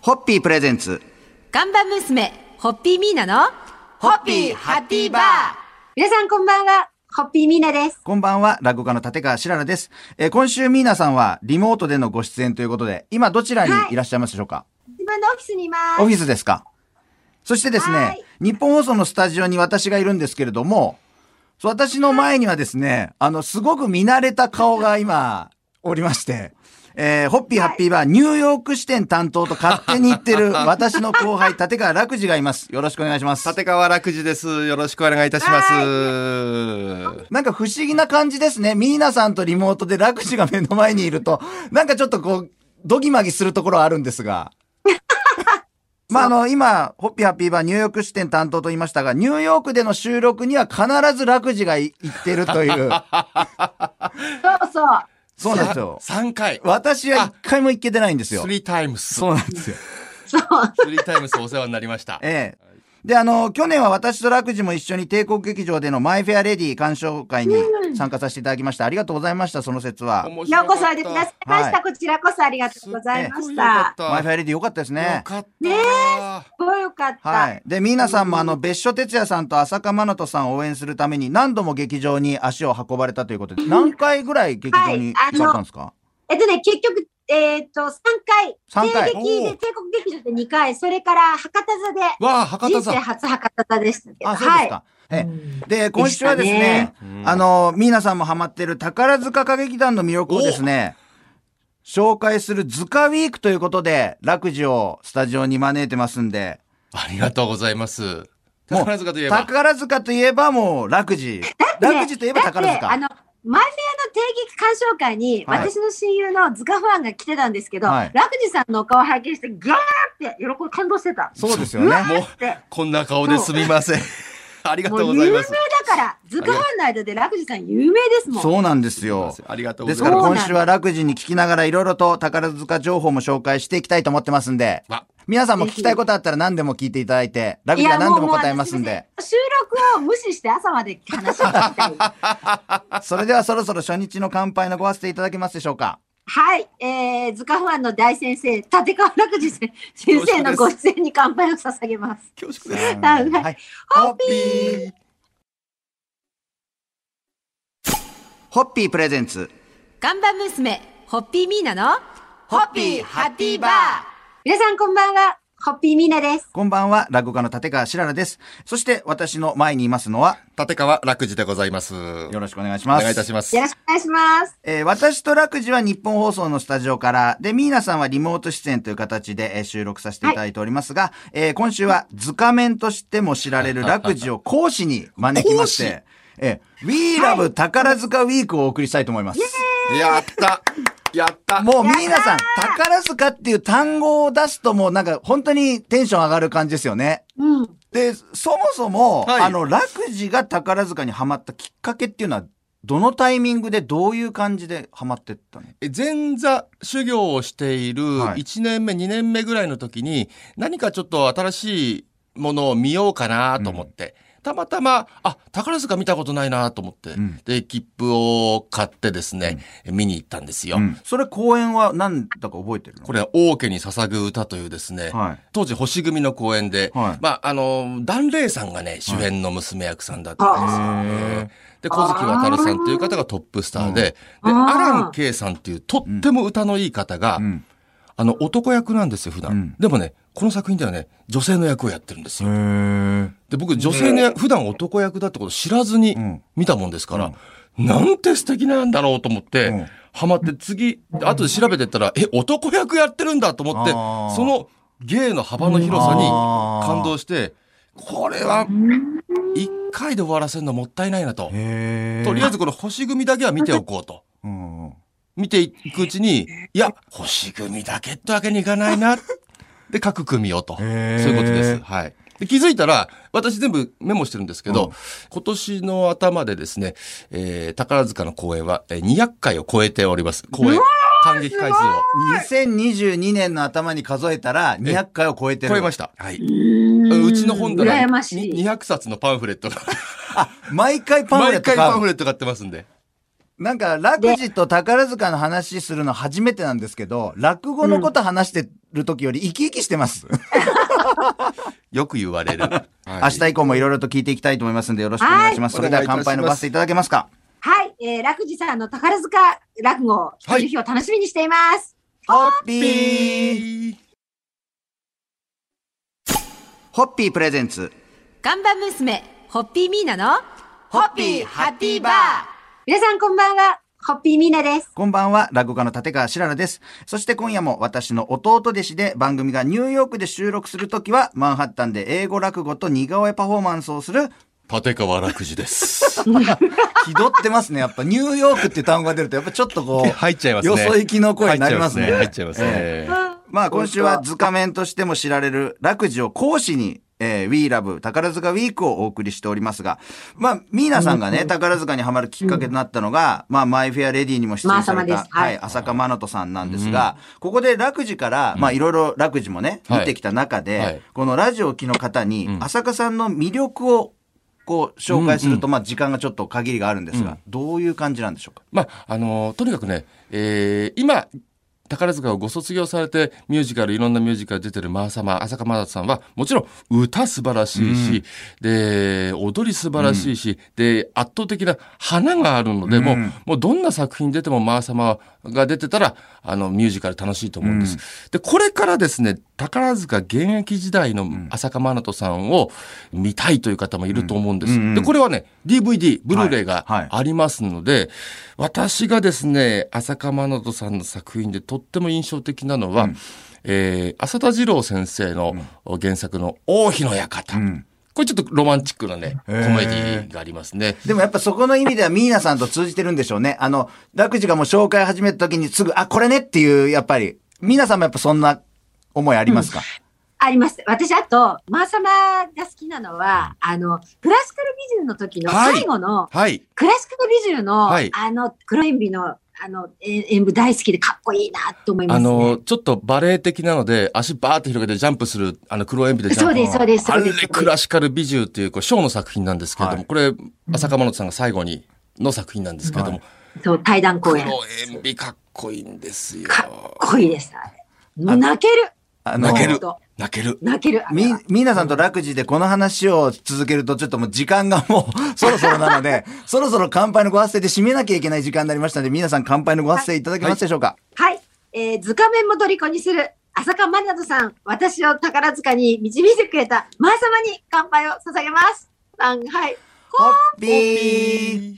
ホッピープレゼンツ看板娘、ホッピーミーナのホッピーハッピーバー。 皆さんこんばんは、ホッピーミーナです。 こんばんは、落語家の立川しららです。今週ミーナさんはリモートでのご出演ということで、今どちらにいらっしゃいますでしょうか？ 自分のオフィスにいます。 オフィスですか？そしてですね、日本放送のスタジオに私がいるんですけれども、私の前にはですね、すごく見慣れた顔が今おりまして、ホッピーハッピーバーニューヨーク支店担当と勝手に言ってる私の後輩立川楽次がいます。よろしくお願いします。 立川楽次です。よろしくお願いいたします。 なんか不思議な感じですね。ミーナさんとリモートで楽次が目の前にいると、なんかちょっとこうドギマギするところはあるんですが。まあ今ホッピーハッピーバーニューヨーク支店担当と言いましたが、ニューヨークでの収録には必ず楽次が行ってるという。 そうそう。 そうなんですよ。 3回。 私は1回も行けてないんですよ。 3タイムス。 そうなんですよ。 そう。 3タイムスお世話になりました。 で、去年は私と楽次も一緒に帝国劇場でのマイフェアレディ鑑賞会に参加させていただきました。ありがとうございました、その説は。 ようこそおいでくださいました。こちらこそありがとうございました。 マイフェアレディよかったですね。 よかった。 ねえ、すごいよかった。 はい。で、ミーナさんも別所哲也さんと浅香真奈さんを応援するために何度も劇場に足を運ばれたということで、何回ぐらい劇場に行かれたんですか？ 結局、3回。 3回。 帝国劇場で2回、それから博多座で。 わあ、博多座。 人生初博多座でしたけど。 あ、そうですか。で、今週はですね、ミーナさんもハマっている宝塚歌劇団の魅力をですね、紹介する塚ウィークということで、楽次をスタジオに招いてますんで。 ありがとうございます。 宝塚といえば。宝塚といえばもう楽次。楽次といえば宝塚。 マイフェアの定劇鑑賞会に、私の親友の塚ファンが来てたんですけど、楽次さんのお顔を拝見して、ギャーって感動してた。 そうですよね。 もう、こんな顔ですみません。ありがとうございます。 有名だから、塚ファンの間で楽次さん有名ですもん。 そうなんですよ。 ありがとうございます。 ですから今週は楽次に聞きながらいろいろと宝塚情報も紹介していきたいと思ってますんで、皆さんも聞きたいことあったら何でも聞いていただいて、楽次は何でも答えますんで。 収録を無視して朝まで話を聞きたい。 それではそろそろ初日の乾杯のごわせていただけますでしょうか？ はい、塚ファンの大先生、立川楽次先生のご出演に乾杯を捧げます。 恐縮です。 はい。ホッピー。 ホッピープレゼンツ。 看板娘、ホッピーミーナのホッピーハッピーバー。 皆さんこんばんは。ホッピーミーナです。 こんばんは、落語家の立川しららです。そして私の前にいますのは、 立川楽次でございます。 よろしくお願いします。 お願いいたします。 よろしくお願いします。 私と楽次は日本放送のスタジオから、で、ミーナさんはリモート出演という形で、収録させていただいておりますが、今週は図仮面としても知られる楽次を講師に招きまして、We Love 宝塚ウィークをお送りしたいと思います。 やったやったもうミーナさん、宝塚っていう単語を出すともうなんか本当にテンション上がる感じですよね。で、そもそも、楽次が宝塚にハマったきっかけっていうのは、どのタイミングでどういう感じでハマってったの？ 前座修行をしている1年目、2年目ぐらいの時に、何かちょっと新しいものを見ようかなと思って、たまたま、宝塚見たことないなと思って、で、切符を買ってですね、見に行ったんですよ。 それ公演は何だか覚えてるの？ これは王家に捧ぐ歌というですね、当時星組の公演で、檀れいさんがね、主演の娘役さんだったんですよね。で、小月渉さんという方がトップスターで、アラン圭さんっていうとっても歌のいい方が、男役なんですよ、普段。でもね、この作品ではね、女性の役をやってるんですよ。で、僕、女性の役、普段男役だってことを知らずに見たもんですから、なんて素敵なんだろうと思って、ハマって次、後で調べてったら、男役やってるんだと思って、その芸の幅の広さに感動して、これは、一回で終わらせるのもったいないなと。とりあえずこの星組だけは見ておこうと。見ていくうちに、いや、星組だけってわけにいかないな。で、各組をと。そういうことです。はい。で、気づいたら、私全部メモしてるんですけど、今年の頭でですね、宝塚の公演は200回を超えております。公演。観劇回数を。 2022年の頭に数えたら200回を超えてる。 超えました。はい。うちの本棚羨ましい 200冊のパンフレットが。 毎回パンフレット買ってますんで。 なんか、楽寺と宝塚の話するの初めてなんですけど、落語のこと話してる時より生き生きしてます。 よく言われる。 明日以降もいろいろと聞いていきたいと思いますので、よろしくお願いします。それでは乾杯のご発声いただけますか。 はい、楽寺さんの宝塚落語を聞く日を楽しみにしています。 ホッピーホッピープレゼンツ。 看板娘、ホッピーミーナのホッピーハッピーバー。 皆さんこんばんは。ホッピーミーナです。 こんばんは、落語家の立川しららです。そして今夜も私の弟弟子で番組がニューヨークで収録するときは、マンハッタンで英語落語と似顔絵パフォーマンスをする、 立川楽寺です。 気取ってますね。やっぱニューヨークっていう単語が出ると、やっぱちょっとこう、 入っちゃいますね。 よそ行きの声になりますね。 入っちゃいますね。 まあ今週は図鑑面としても知られる楽寺を講師に、We Love 宝塚ウィークをお送りしておりますが、まあ、ミーナさんがね、宝塚にハマるきっかけとなったのが、まあ、マイフェアレディにも出演された、はい、浅香真奈さんなんですが、ここで楽寺から、まあ、いろいろ楽寺もね、見てきた中で、このラジオを機の方に、浅香さんの魅力を、こう、紹介すると、まあ、時間がちょっと限りがあるんですが、どういう感じなんでしょうか。 まあ、とにかくね、今、宝塚をご卒業されてミュージカルいろんなミュージカル出てる浅香真奈さんはもちろん歌素晴らしいし、で踊り素晴らしいし、で圧倒的な花があるので、もうどんな作品出ても浅香が出てたらミュージカル楽しいと思うんです。でこれからですね、宝塚現役時代の浅香真奈さんを見たいという方もいると思うんです。でこれはね DVD ブルーレイがありますので、私がですね浅香真奈さんの作品でとっても印象的なのは、浅田次郎先生の原作の王妃の館、これちょっとロマンチックなねコメディがありますね。 でもやっぱそこの意味ではミーナさんと通じてるんでしょうね。楽寺がもう紹介始めた時にすぐこれねっていう、やっぱりミーナさんもやっぱそんな思いありますか？ あります。私、あと、マーサマが好きなのは、クラシカル美獣の時の最後の、クラシカル美獣の、黒演舞の、演舞大好きでかっこいいなと思いますね。 ちょっとバレエ的なので、足バーって広げてジャンプする、黒演舞でジャンプ。 そうです。 あれ、クラシカル美獣っていう、ショーの作品なんですけれども、これ、浅香真奈さんが最後にの作品なんですけれども。 そう、対談公演。 黒演舞かっこいいんですよ。 かっこいいです。泣ける。 泣ける。 ミーナさんと楽寺でこの話を続けるとちょっともう時間がもうそろそろなので、そろそろ乾杯のご発声で締めなきゃいけない時間になりましたので、皆さん乾杯のご発声いただけますでしょうか。 はい。図鑑面も虜にする浅香真奈さん、私を宝塚に導いてくれたマー様に乾杯を捧げます。はい。 ホッピー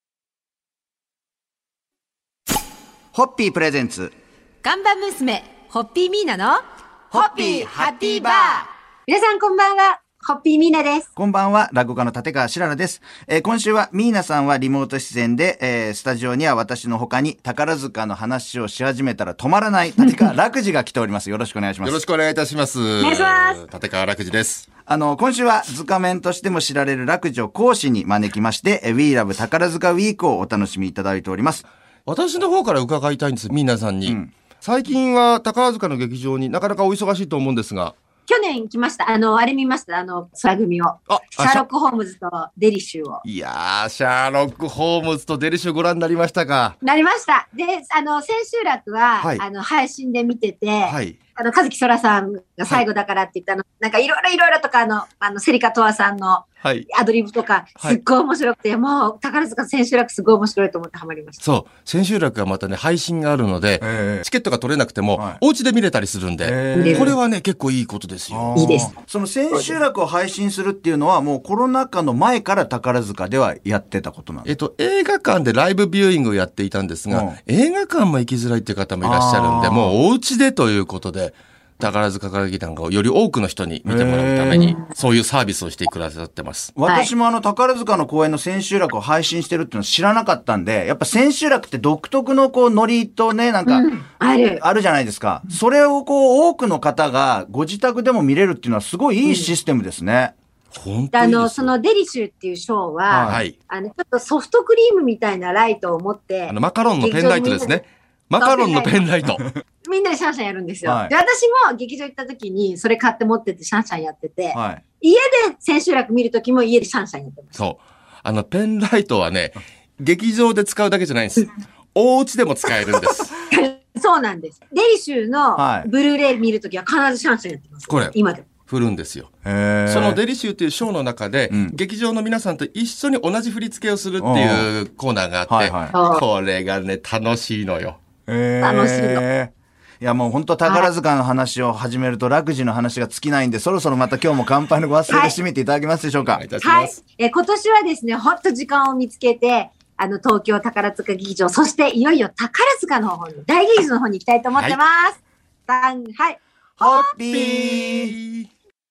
ホッピープレゼンツ。 看板娘、ホッピーミーナのホッピーハッピーバー。 皆さんこんばんは。ホッピーミーナです。 こんばんは。落語家の立川しららです。今週はミーナさんはリモート出演で、スタジオには私の他に宝塚の話をし始めたら止まらない立川楽寺が来ております。よろしくお願いします。 よろしくお願いいたします。 お願いします。 立川楽寺です。 今週は図鑑面としても知られる楽寺を講師に招きまして、We Love 宝塚ウィークをお楽しみいただいております。 私の方から伺いたいんです、ミーナさんに。最近は宝塚の劇場になかなかお忙しいと思うんですが。 去年来ました。あれ見ました。空組を。シャーロック・ホームズとデリシューを。 いやー、シャーロック・ホームズとデリシューご覧になりましたか？ なりました。で、千秋楽は、配信で見てて、和樹そらさんが最後だからって言ったなんかいろいろとかセリカトアさんのアドリブとか、すっごい面白くて、もう宝塚千秋楽すごい面白いと思ってハマりました。 そう。千秋楽はまたね、配信があるので、チケットが取れなくても、お家で見れたりするんで、これはね、結構いいことですよ。 いいです。 その千秋楽を配信するっていうのは、もうコロナ禍の前から宝塚ではやってたことなんですか？ 映画館でライブビューイングをやっていたんですが、映画館も行きづらいっていう方もいらっしゃるんで、もうお家でということで、宝塚歌劇団がより多くの人に見てもらうために、そういうサービスをしてくださってます。 私も宝塚の公演の千秋楽を配信してるっていうの知らなかったんで、やっぱ千秋楽って独特のノリとね、なんか、あるじゃないですか。それを多くの方がご自宅でも見れるっていうのはすごいいいシステムですね。 本当にそのデリシューっていうショーは、ちょっとソフトクリームみたいなライトを持ってて、 マカロンのペンライトですね。マカロンのペンライト。 みんなでシャンシャンやるんですよ。で、私も劇場行った時にそれ買って持っててシャンシャンやってて、家で千秋楽見る時も家でシャンシャンやってます。 そう。ペンライトはね、 劇場で使うだけじゃないんです。お家でも使えるんです。 そうなんです。デリシューのブルーレイ見るときは必ずシャンシャンやってます。 これ。 今でも。 振るんですよ。そのデリシューというショーの中で、劇場の皆さんと一緒に同じ振り付けをするっていうコーナーがあって、これがね、楽しいのよ。 楽しいの。 いやもう本当宝塚の話を始めると楽寺の話が尽きないんで、そろそろまた今日も乾杯のご発声で締めていただけますでしょうか。 はい。今年はですね、ほんと時間を見つけて、東京宝塚劇場、そしていよいよ宝塚の方に、大劇場の方に行きたいと思ってます。はい。 ホッピー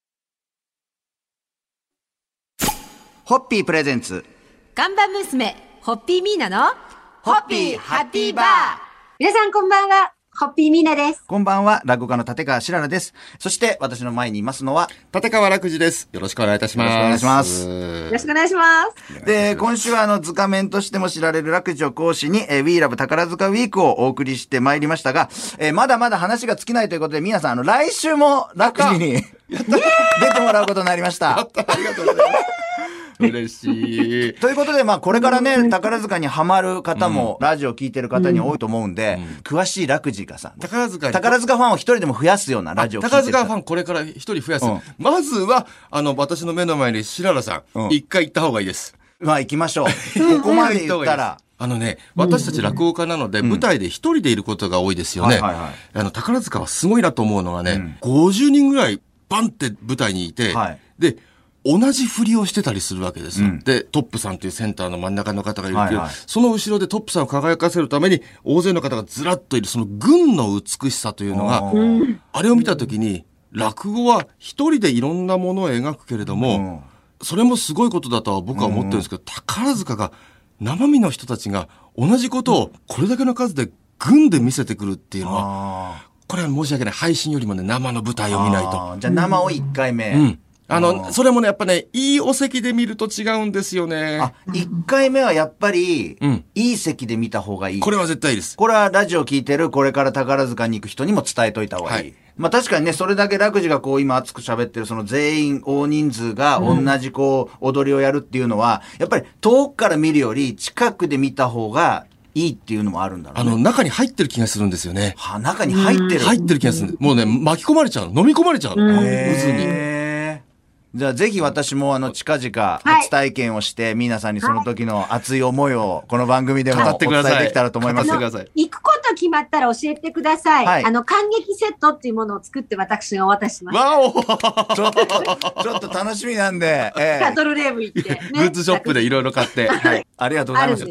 ホッピープレゼンツ。 ガンバ娘、ホッピーミーナの、 ホッピーハッピーバー。 皆さんこんばんは。ホッピーミーナです。 こんばんは、落語家の立川しららです。そして私の前にいますのは立川楽寺です。よろしくお願いいたします。 よろしくお願いします。 よろしくお願いします。 で、今週は図鑑面としても知られる楽寺を講師に、We Love 宝塚ウィークをお送りしてまいりましたが、まだまだ話が尽きないということで、皆さん来週も楽寺に出てもらうことになりました。 ありがとうございます。嬉しい。 ということで、これからね、宝塚にハマる方も、ラジオ聞いてる方に多いと思うんで、詳しい楽寺がさ、宝塚ファンを一人でも増やすようなラジオを聞いてる。 宝塚ファンこれから一人増やす。まずは、私の目の前に白良さん、一回行った方がいいです。 行きましょう。ここまで言ったら。 私たち落語家なので、舞台で一人でいることが多いですよね。宝塚はすごいなと思うのがね、50人ぐらいバンって舞台にいて、で、同じ振りをしてたりするわけです。で、トップさんというセンターの真ん中の方がいるけど、その後ろでトップさんを輝かせるために、大勢の方がずらっといる、その群の美しさというのが、あれを見たときに、落語は一人でいろんなものを描くけれども、それもすごいことだとは僕は思ってるんですけど、宝塚が、生身の人たちが同じことをこれだけの数で群で見せてくるっていうのは、これは申し訳ない。配信よりもね、生の舞台を見ないと。 じゃあ生を1回目。 それもね、やっぱね、いいお席で見ると違うんですよね。 1回目はやっぱり、いい席で見た方がいい。 これは絶対いいです。 これはラジオ聞いてる、これから宝塚に行く人にも伝えといた方がいい。確かにね、それだけ楽寺が今熱く喋ってる、その全員、大人数が同じ踊りをやるっていうのは、やっぱり遠くから見るより近くで見た方がいいっていうのもあるんだろうね。 中に入ってる気がするんですよね。 中に入ってる入ってる気がする。もうね、巻き込まれちゃう。飲み込まれちゃう。渦に。 じゃあぜひ私も近々初体験をして、皆さんにその時の熱い思いをこの番組でもお伝えできたらと思います。 行くこと決まったら教えてください。感激セットっていうものを作って私がお渡しします。 わおちょっと楽しみなんで。 シャトルレーブ行って。 グッズショップでいろいろ買って。 ありがとうございます。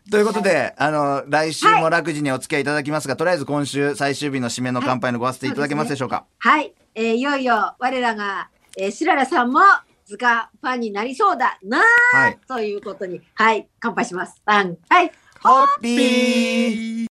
ということで、来週も楽寺にお付き合いいただきますが、とりあえず今週最終日の締めの乾杯のご発声いただけますでしょうか。 はい。いよいよ我らが、しららさんも図鑑ファンになりそうだなということに、乾杯します。はい。 ホッピー